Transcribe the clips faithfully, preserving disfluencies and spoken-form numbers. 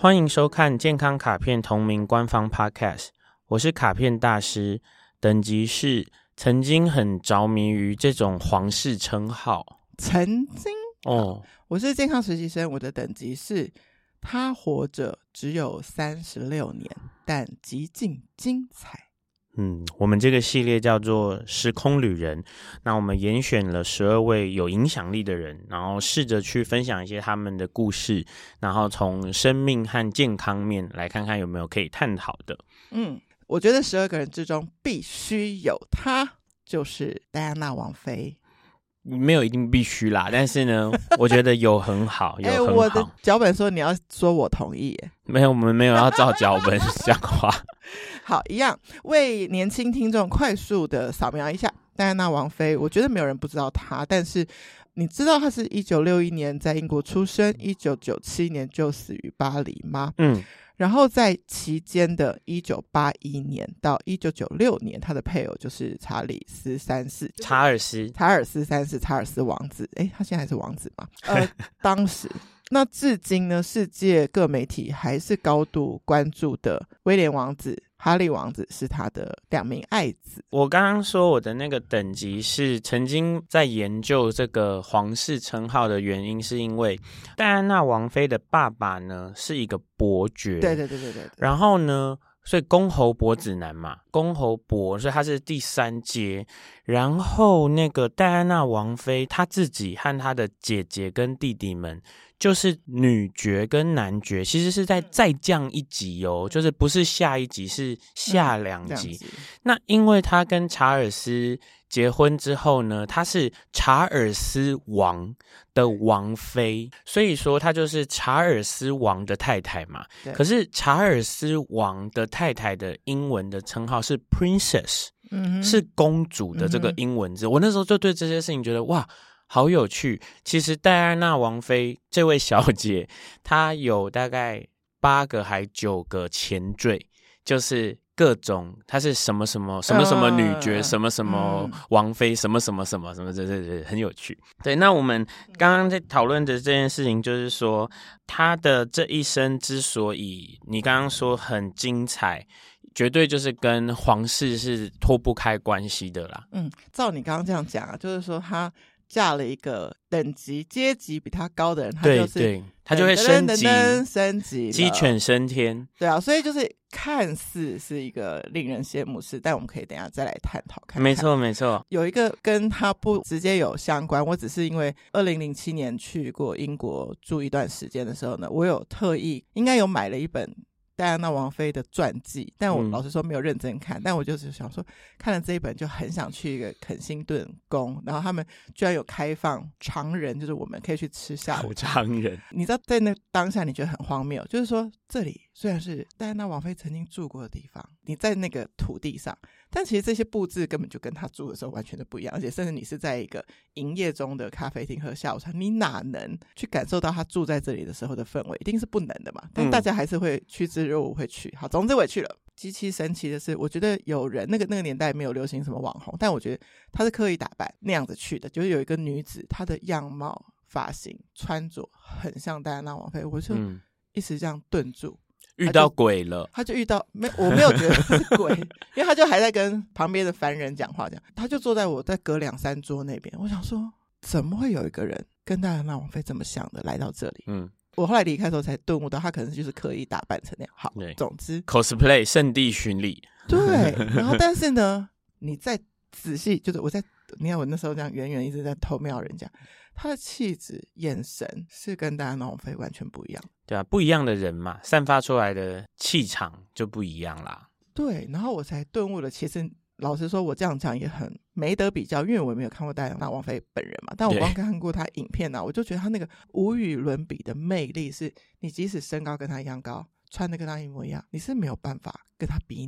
欢迎收看健康卡片同名官方 Podcast， 我是卡片大师，等级是曾经很着迷于这种皇室称号。 曾经哦， 我是健康实习生，我的等级是他活着只有三十六年，但极尽精彩。 嗯，我们这个系列叫做时空旅人，那我们严选了十二位有影响力的人，然后试着去分享一些他们的故事，然后从生命和健康面来看看有没有可以探讨的。 嗯，我觉得十二个人之中必须有他，就是戴安娜王妃。 没有一定必须啦，但是呢我觉得有很好有很好、欸、 我的脚本说你要说我同意耶。 没有，我们没有要照脚本讲话。 好，一样为年轻听众快速的扫描一下戴安娜王妃。我觉得没有人不知道她，但是你知道她是一九六一年在英国出生，一九九七年就死于巴黎吗？ 嗯， 然后在期间的一九八一年到一九九六年，他的配偶就是查理斯三世， 查尔斯查尔斯三世，查尔斯王子。诶，他现在还是王子吗？呃，当时那至今呢，世界各媒体还是高度关注的威廉王子、哈利王子是他的两名爱子。 我刚刚说我的那个等级是曾经在研究这个皇室称号的原因，是因为戴安娜王妃的爸爸呢是一个伯爵， 对对对对 对, 对。 然后呢，所以公侯伯子男嘛，公侯伯，所以他是第三阶。然后那个戴安娜王妃她自己和她的姐姐跟弟弟们就是女爵跟男爵，其实是在再降一级哦，就是不是下一级，是下两级、嗯、那因为他跟查尔斯结婚之后呢，他是查尔斯王的王妃，所以说他就是查尔斯王的太太嘛。可是查尔斯王的太太的英文的称号是 princess、嗯、是公主的这个英文字、嗯、我那时候就对这些事情觉得哇好有趣。其实戴安娜王妃这位小姐她有大概八个还九个前缀，就是各种她是什么什么什么什么女爵、呃、什么什么王妃、嗯、什么什么什么什么，对对对，很有趣。对，那我们刚刚在讨论的这件事情就是说她的这一生之所以你刚刚说很精彩，绝对就是跟皇室是脱不开关系的啦。 嗯，照你刚刚这样讲啊，就是说她嫁了一个等级阶级比他高的人，他就是对对，他就会升级， 噔噔噔升级， 鸡犬升天。 对啊，所以就是看似是一个令人羡慕事，但我们可以等一下再来探讨看看。 没错没错， 有一个跟他不直接有相关，我只是因为二零零七年去过英国住一段时间的时候呢，我有特意应该有买了一本戴安娜王妃的传记，但我老实说没有认真看、嗯、但我就是想说看了这一本就很想去一个肯辛顿宫，然后他们居然有开放常人，就是我们可以去吃下午茶。 常人， 你知道在那当下你觉得很荒谬，就是说这里虽然是戴安娜王妃曾经住过的地方，你在那个土地上，但其实这些布置根本就跟他住的时候完全都不一样，而且甚至你是在一个营业中的咖啡厅喝下午茶，你哪能去感受到他住在这里的时候的氛围，一定是不能的嘛。但大家还是会趋之若鹜会去。好，总之我也去了。极其神奇的是，我觉得有人那个那个年代没有流行什么网红，但我觉得他是刻意打扮那样子去的，就是有一个女子，她的样貌、发型、穿着很像戴安娜王妃，我就一时这样顿住。 遇到鬼了， 他就遇到没，我没有觉得是鬼，因为他就还在跟旁边的凡人讲话，这样他就坐在我在隔两三桌那边，我想说怎么会有一个人跟戴安娜王妃这么像的来到这里？嗯。我后来离开的时候才顿悟到他可能就是刻意打扮成那样。好，总之 cosplay 圣地巡礼。 对，然后但是呢你再仔细，就是我在你看我那时候这样远远一直在偷瞄人家，他的气质眼神是跟戴安娜王妃完全不一样。 对啊，不一样的人嘛，散发出来的气场就不一样啦。 对，然后我才顿悟了，其实老实说我这样讲也很没得比较，因为我也没有看过戴安娜王妃本人嘛，但我光看过她影片啊，我就觉得她那个无与伦比的魅力，是你即使身高跟她一样高，穿的跟她一模一样，你是没有办法跟她比拟的。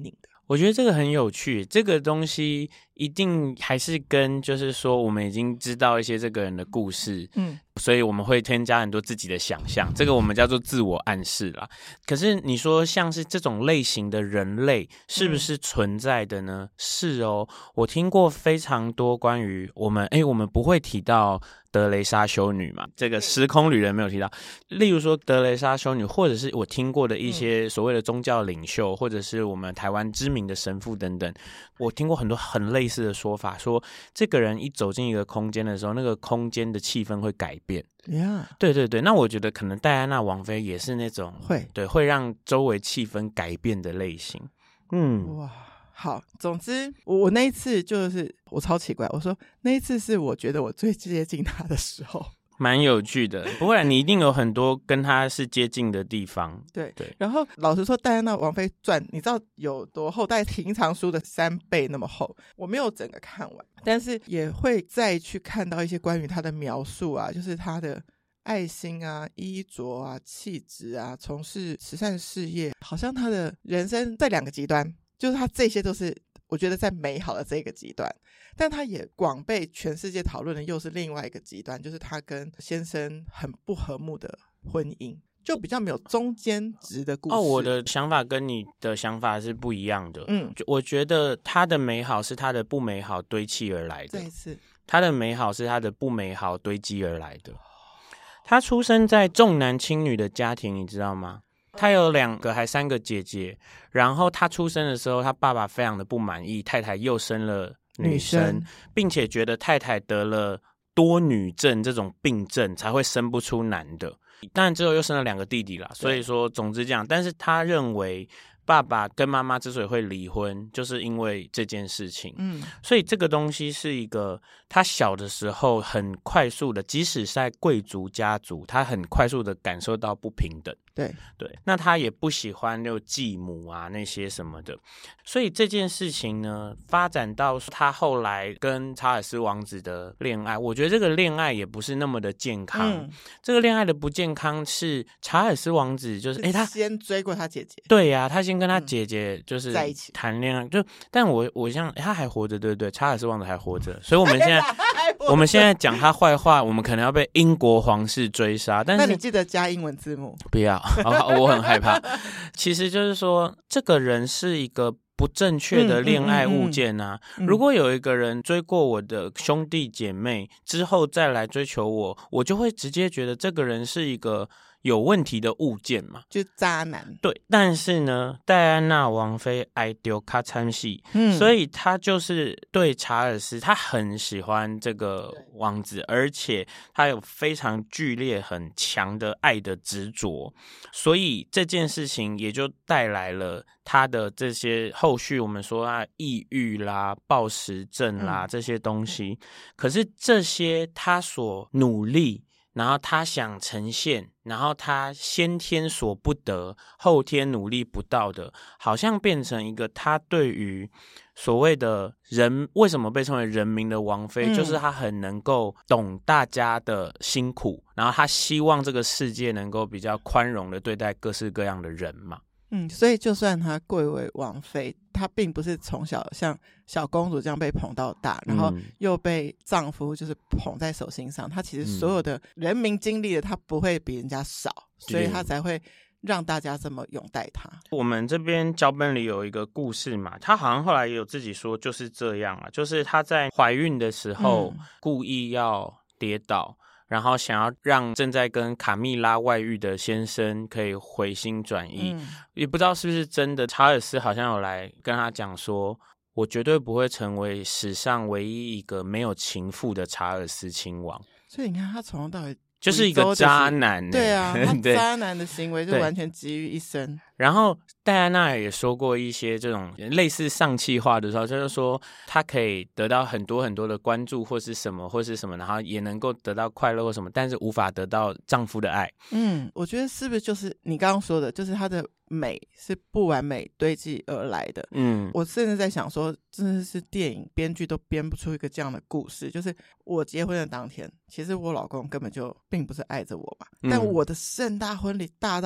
我觉得这个很有趣，这个东西一定还是跟就是说我们已经知道一些这个人的故事，嗯，所以我们会添加很多自己的想象，这个我们叫做自我暗示啦。可是你说像是这种类型的人类是不是存在的呢？嗯、是哦，我听过非常多关于我们，诶，我们不会提到德雷莎修女嘛，这个时空旅人没有提到。例如说德雷莎修女，或者是我听过的一些所谓的宗教领袖，或者是我们台湾知名的神父等等，我听过很多很类似的说法，说这个人一走进一个空间的时候，那个空间的气氛会改变。 Yeah. 对对对，那我觉得可能戴安娜王妃也是那种会对会让周围气氛改变的类型。嗯， 哇。好，总之我我那一次就是我超奇怪，我说那一次是我觉得我最接近他的时候， 蛮有趣的。不过你一定有很多跟他是接近的地方。 对对。 然后老实说，戴安娜王妃传你知道有多厚？大概平常书的三倍那么厚。我没有整个看完，但是也会再去看到一些关于他的描述啊，就是他的爱心啊、衣着啊、气质啊、从事慈善事业，好像他的人生在两个极端。就是他这些都是我觉得在美好的这个极端，但他也广被全世界讨论的又是另外一个极端，就是他跟先生很不和睦的婚姻，就比较没有中间值的故事。 哦，我的想法跟你的想法是不一样的。 嗯， 我觉得他的美好是他的不美好堆砌而来的。 再一次， 他的美好是他的不美好堆积而来的。他出生在重男轻女的家庭，你知道吗？他有两个还三个姐姐，然后他出生的时候，他爸爸非常的不满意，太太又生了女生，女生并且觉得太太得了多女症这种病症，才会生不出男的。当然之后又生了两个弟弟啦，所以说总之这样。但是他认为爸爸跟妈妈之所以会离婚，就是因为这件事情。嗯，所以这个东西是一个他小的时候很快速的，即使是在贵族家族，他很快速的感受到不平等。 对对，那他也不喜欢就继母啊那些什么的，所以这件事情呢，发展到他后来跟查尔斯王子的恋爱，我觉得这个恋爱也不是那么的健康。嗯、这个恋爱的不健康是查尔斯王子就是哎，他先追过他姐姐， 对呀、啊，他先跟他姐姐就是在一起谈恋爱，就但我我像他还活着，对不对？查尔斯王子还活着，所以我们现在我们现在讲他坏话，我们可能要被英国皇室追杀。但是那你记得加英文字幕， 不要。哦、我很害怕。其实就是说，这个人是一个不正确的恋爱物件啊。嗯嗯嗯嗯、如果有一个人追过我的兄弟姐妹之后再来追求我，我就会直接觉得这个人是一个有问题的物件嘛， 就渣男。 对，但是呢，戴安娜王妃爱丢卡参戏，嗯，所以他就是对查尔斯，他很喜欢这个王子，而且他有非常剧烈、很强的爱的执着，所以这件事情也就带来了他的这些后续，我们说啊，抑郁啦、暴食症啦、嗯、这些东西。可是这些他所努力。然后他想呈现，然后他先天所不得，后天努力不到的，好像变成一个他对于所谓的人为什么被称为人民的王妃、嗯、就是他很能够懂大家的辛苦，然后他希望这个世界能够比较宽容的对待各式各样的人嘛。 嗯，所以就算她贵为王妃，她并不是从小像小公主这样被捧到大，然后又被丈夫就是捧在手心上，她其实所有的人民经历的她不会比人家少，所以她才会让大家这么拥戴她。 我们这边脚本里有一个故事嘛，她好像后来也有自己说就是这样啊，就是她在怀孕的时候、嗯、故意要跌倒，然后想要让正在跟卡蜜拉外遇的先生可以回心转意、嗯、也不知道是不是真的，查尔斯好像有来跟他讲说，我绝对不会成为史上唯一一个没有情妇的查尔斯亲王。 所以你看他从头到尾就是一个渣男、欸、 对啊，他渣男的行为就完全集于一身。 然后戴安娜也说过一些这种类似丧气话的时候，就是说她可以得到很多很多的关注或是什么或是什么，然后也能够得到快乐或什么，但是无法得到丈夫的爱。 嗯，我觉得是不是就是你刚刚说的，就是她的美是不完美堆积而来的。嗯，我甚至在想说，真的是电影编剧都编不出一个这样的故事，就是我结婚的当天，其实我老公根本就并不是爱着我嘛、嗯、但我的盛大婚礼大到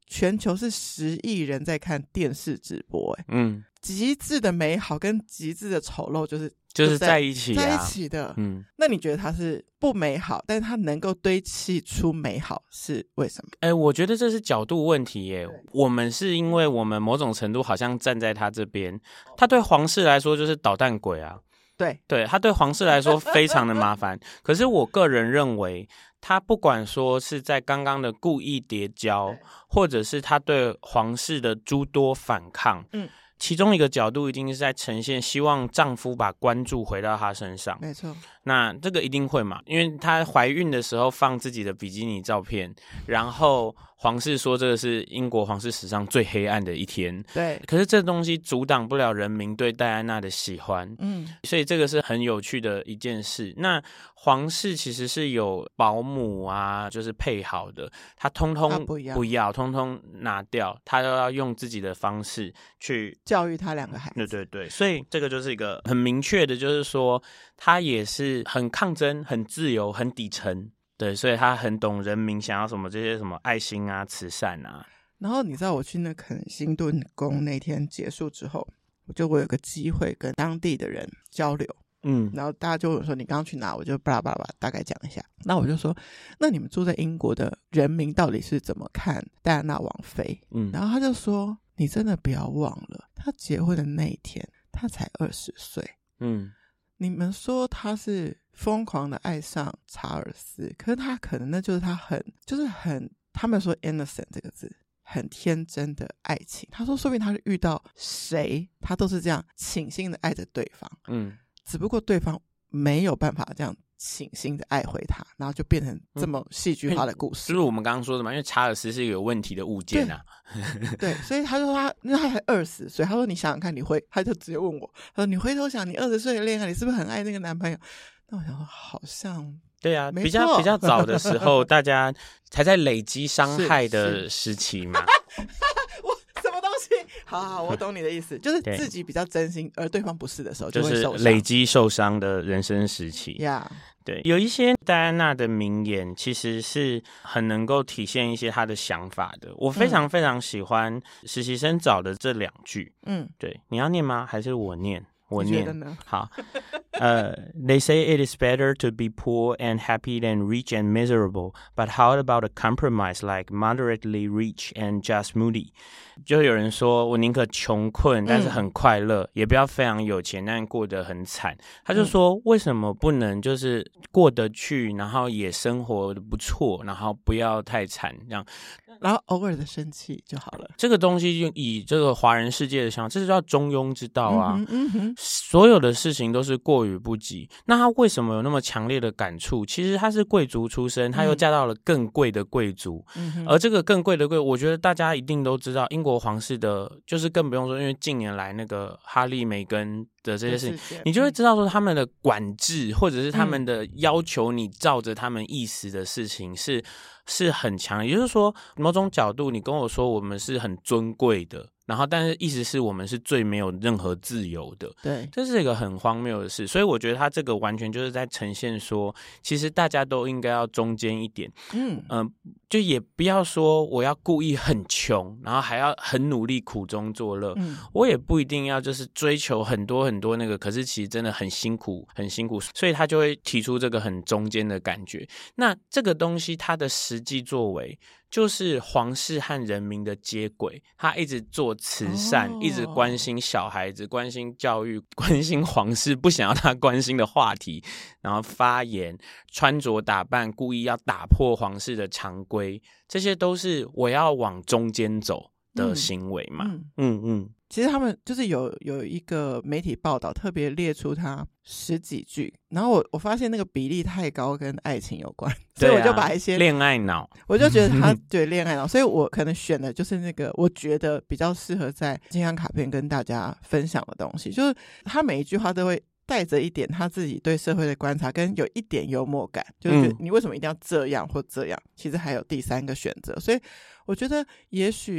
全球是十亿人在看电视直播、欸、 嗯， 极致的美好跟极致的丑陋就是就是在一起、啊、 在一起的。嗯，那你觉得它是不美好，但是它能够堆砌出美好是为什么？ 哎、欸，我觉得这是角度问题耶。我们是因为我们某种程度好像站在他这边，他对皇室来说就是捣蛋鬼啊。 对对，他对皇室来说非常的麻烦。可是我个人认为，他不管说是在刚刚的故意叠交，或者是他对皇室的诸多反抗，嗯，其中一个角度一定是在呈现希望丈夫把关注回到她身上。 没错， 那这个一定会嘛，因为她怀孕的时候放自己的比基尼照片，然后皇室说这个是英国皇室史上最黑暗的一天。 对， 可是这东西阻挡不了人民对戴安娜的喜欢。嗯，所以这个是很有趣的一件事。那皇室其实是有保姆啊，就是配好的，他通通不要， 不要通通拿掉，他都要用自己的方式去教育他两个孩子。 对对对，所以这个就是一个很明确的，就是说他也是很抗争、很自由、很底层。对，所以他很懂人民想要什么，这些什么爱心啊、慈善啊。 然后你知道我去那肯辛顿宫那天结束之后，我就我有个机会跟当地的人交流。嗯，然后大家就问我说你刚刚去哪，我就巴拉巴拉大概讲一下。那我就说，那你们住在英国的人民到底是怎么看戴安娜王妃？嗯，然后他就说，你真的不要忘了，他结婚的那一天他才二十岁。嗯，你们说他是疯狂的爱上查尔斯，可是他可能那就是他很就是很他们说 innocent 这个字很天真的爱情。他说说不定他是遇到谁他都是这样倾心的爱着对方。嗯，只不过对方没有办法这样倾心的爱回他，然后就变成这么戏剧化的故事。 嗯、就是我们刚刚说的嘛，因为查尔斯是一个有问题的物件啊。 对，对，所以他说他因为他才二十岁，他说你想想看，你回他就直接问我，他说你回头想你二十岁的恋爱，你是不是很爱那个男朋友？那我想说好像对啊，比较比较早的时候，大家才在累积伤害的时期嘛。 我什么东西？好好，我懂你的意思，就是自己比较真心，而对方不是的时候，就会受伤， 就是累积受伤的人生时期呀。 Yeah.对，有一些戴安娜的名言其实是很能够体现一些她的想法的。我非常非常喜欢实习生找的这两句。嗯，对，你要念吗？还是我念？我念。 你觉得呢？ 好，呃、uh, ，They say it is better to be poor and happy than rich and miserable, but how about a compromise like moderately rich and just moody？ 就有人说我宁可穷困但是很快乐、嗯、也不要非常有钱但过得很惨。他就说为什么不能就是过得去，然后也生活得不错，然后不要太惨这样， 然后偶尔的生气就好了。 这个东西就以这个华人世界的想法，这就叫中庸之道啊、嗯嗯嗯、所有的事情都是过与不及。那他为什么有那么强烈的感触？其实他是贵族出身，他又嫁到了更贵的贵族、嗯、而这个更贵的贵，我觉得大家一定都知道，英国皇室的就是更不用说，因为近年来那个哈利梅根的这些事情，你就会知道说他们的管制或者是他们的要求你照着他们意思的事情是是很强的。也就是说某种角度你跟我说我们是很尊贵的，然后但是意思是我们是最没有任何自由的。 对， 这是一个很荒谬的事。所以我觉得他这个完全就是在呈现说其实大家都应该要中间一点。嗯、呃、就也不要说我要故意很穷然后还要很努力苦中作乐、嗯、我也不一定要就是追求很多很多那个，可是其实真的很辛苦很辛苦，所以他就会提出这个很中间的感觉。那这个东西它的实际作为就是皇室和人民的接轨，他一直做慈善、哦、一直关心小孩子，关心教育，关心皇室不想要他关心的话题，然后发言穿着打扮故意要打破皇室的常规，这些都是我要往中间走的行为嘛。嗯 嗯, 嗯其实他们就是有有一个媒体报道特别列出他十几句，然后我我发现那个比例太高跟爱情有关，所以我就把一些恋爱脑， 我就觉得他对恋爱脑，所以我可能选的就是那个我觉得比较适合在健康卡片跟大家分享的东西，就是他每一句话都会带着一点他自己对社会的观察跟有一点幽默感，就是觉得你为什么一定要这样或这样，其实还有第三个选择。所以我觉得也许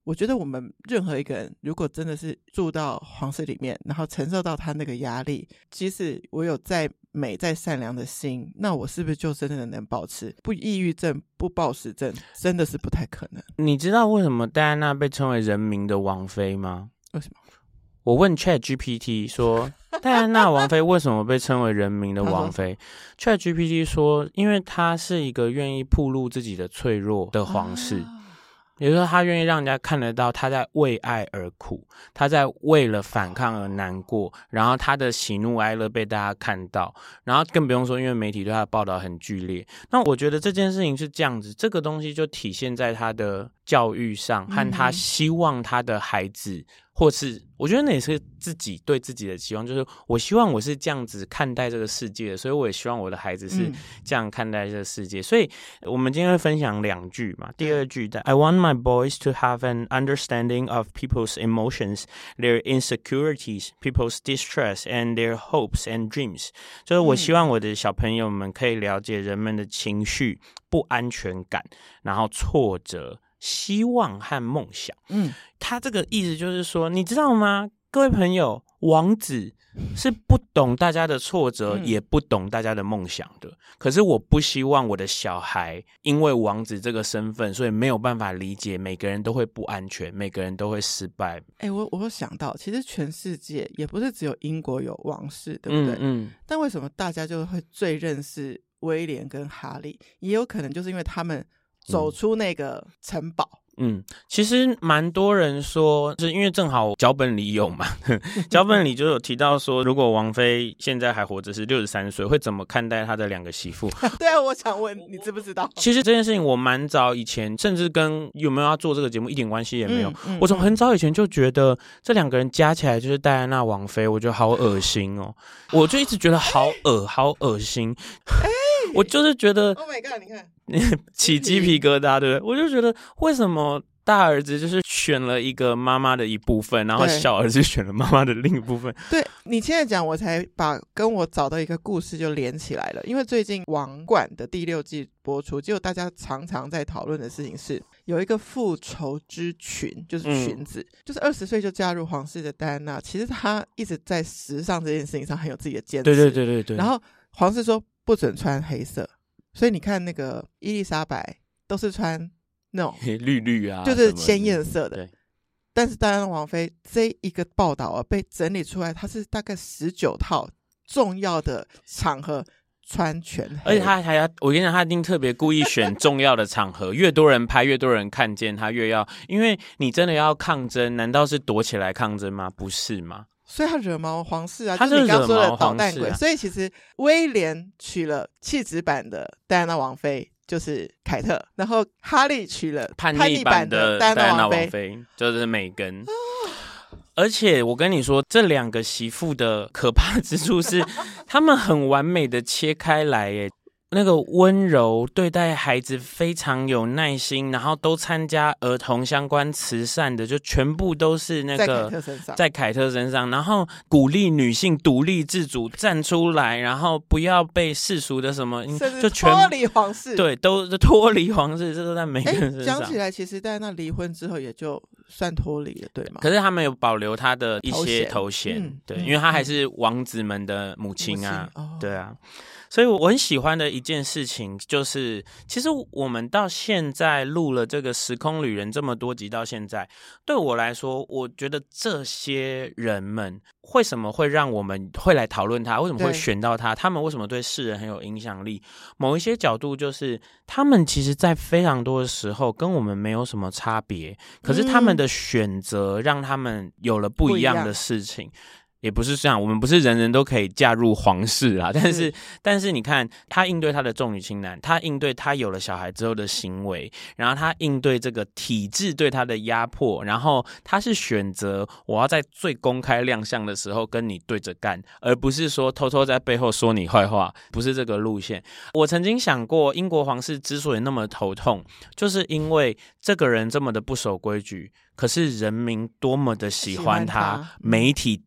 我觉得我们任何一个人如果真的是住到皇室里面，然后承受到他那个压力，即使我有再美再善良的心，那我是不是就真的能保持不抑郁症不暴食症？真的是不太可能。 你知道为什么戴安娜被称为人民的王妃吗？ 为什么？ 我问 ChatGPT 说戴安娜王妃为什么被称为人民的王妃？ChatGPT 说，因为她是一个愿意暴露自己的脆弱的皇室。啊，也就是说他愿意让人家看得到他在为爱而苦，他在为了反抗而难过，然后他的喜怒哀乐被大家看到，然后更不用说因为媒体对他的报道很剧烈。那我觉得这件事情是这样子，这个东西就体现在他的教育上，和他希望他的孩子或是我觉得那也是自己对自己的期望，就是我希望我是这样子看待这个世界的，所以我也希望我的孩子是这样看待这个世界。嗯，所以我们今天会分享两句嘛。第二句的 I want my boys to have an understanding of people's emotions, their insecurities, people's distress, and their hopes and dreams。 就是我希望我的小朋友们可以了解人们的情绪、不安全感，然后挫折、希望和梦想。嗯，他这个意思就是说，你知道吗，各位朋友，王子是不懂大家的挫折，嗯，也不懂大家的梦想的。可是我不希望我的小孩因为王子这个身份，所以没有办法理解每个人都会不安全，每个人都会失败。 哎、欸，我我有想到，其实全世界也不是只有英国有王室，对不对？嗯，嗯但为什么大家就会最认识威廉跟哈利？也有可能就是因为他们走出那个城堡。 嗯，其实蛮多人说，就是因为正好脚本里有嘛，脚本里就有提到说，如果王妃现在还活着是六十三岁，会怎么看待她的两个媳妇？ 对啊，我想问你知不知道？ 其实这件事情我蛮早以前，甚至跟有没有要做这个节目一点关系也没有。嗯嗯、我从很早以前就觉得这两个人加起来就是戴安娜王妃，我觉得好恶心哦，我就一直觉得好恶，好恶心。欸我就是觉得 ，Oh my God， 你看起鸡皮疙瘩，对不对？我就觉得为什么大儿子就是选了一个妈妈的一部分，然后小儿子选了妈妈的另一部分。 对，你现在讲，我才把跟我找到一个故事就连起来了。因为最近《王冠》的第六季播出，结果大家常常在讨论的事情是，有一个复仇之群，就是裙子，嗯、就是二十岁就加入皇室的戴安娜，其实她一直在时尚这件事情上很有自己的坚持。 对对对对对。 然后皇室说不准穿黑色，所以你看那个伊丽莎白都是穿那种绿绿啊， 就是鲜艳色的。但是戴安娜王妃这一个报道啊，被整理出来，它是大概十九套重要的场合穿全黑， 而且他还要，我跟你讲，他一定特别故意选重要的场合，越多人拍，越多人看见，他越要，因为你真的要抗争，难道是躲起来抗争吗？不是吗？ 所以他惹毛皇室啊， 他就是你刚刚说的捣蛋鬼、 啊、 所以其实威廉娶了气质版的戴安娜王妃，就是凯特，然后哈利娶了叛逆版的戴安娜王妃，就是梅根、哦、而且我跟你说，这两个媳妇的可怕之处是他们很完美的切开来耶，那个温柔对待孩子非常有耐心，然后都参加儿童相关慈善的，就全部都是那个在凯特身上， 在凯特身上，然后鼓励女性独立自主站出来，然后不要被世俗的什么， 就全脱离皇室， 对，都脱离皇室，这都在每个人身上。 讲起来，其实在那离婚之后也就算脱离了，对吗？ 可是他们有保留他的一些头衔， 嗯、 对、嗯，因为他还是王子们的母亲啊，母亲哦、对啊。所以我很喜欢的一件事情就是，其实我们到现在录了这个时空旅人这么多集到现在，对我来说，我觉得这些人们为什么会让我们会来讨论他，为什么会选到他，他们为什么对世人很有影响力，某一些角度就是他们其实在非常多的时候跟我们没有什么差别，可是他们的选择让他们有了不一样的事情。也不是这样，我们不是人人都可以嫁入皇室啦，但是, 是但是你看他应对他的重女轻男，他应对他有了小孩之后的行为，然后他应对这个体制对他的压迫，然后他是选择我要在最公开亮相的时候跟你对着干，而不是说偷偷在背后说你坏话，不是这个路线。我曾经想过，英国皇室之所以那么头痛，就是因为这个人这么的不守规矩，可是人民多么的喜欢他，喜欢他媒体多么的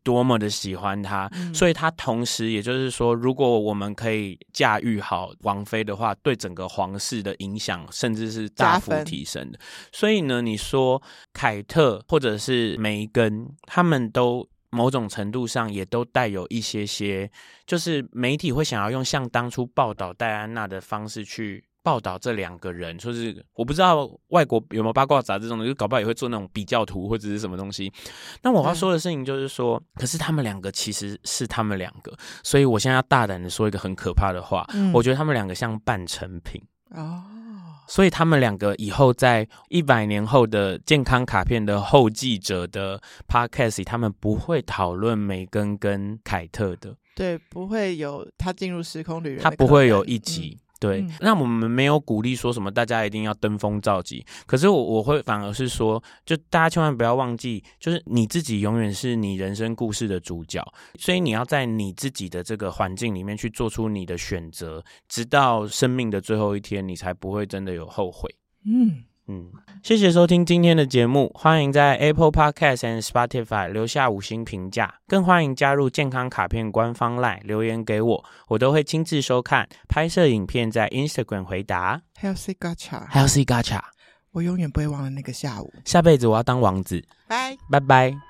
的喜欢他、 嗯、 所以他同时也就是说，如果我们可以驾驭好王妃的话，对整个皇室的影响甚至是大幅提升的。所以呢，你说凯特或者是梅根，他们都某种程度上也都带有一些些，就是媒体会想要用像当初报道戴安娜的方式去报道这两个人，就是我不知道外国有没有八卦杂志这种的，就搞不好也会做那种比较图或者是什么东西。那我要说的事情就是说、嗯、可是他们两个其实是他们两个，所以我现在要大胆的说一个很可怕的话、嗯、我觉得他们两个像半成品哦。所以他们两个以后在一百年后的健康卡片的后继者的 podcast 他们不会讨论梅根跟凯特的， 对，不会有他进入时空旅人的， 他不会有一集、嗯对、嗯，那我们没有鼓励说什么大家一定要登峰造极，可是我我会反而是说，就大家千万不要忘记，就是你自己永远是你人生故事的主角，所以你要在你自己的这个环境里面去做出你的选择，直到生命的最后一天，你才不会真的有后悔。嗯嗯，谢谢收听今天的节目，欢迎在 Apple Podcast and Spotify 留下五星评价，更欢迎加入健康卡片官方 LINE 留言给我，我都会亲自收看，拍摄影片在 Instagram 回答。 Healthy Gacha Healthy Gacha， 我永远不会忘了那个下午， 下辈子我要当王子。 拜拜拜。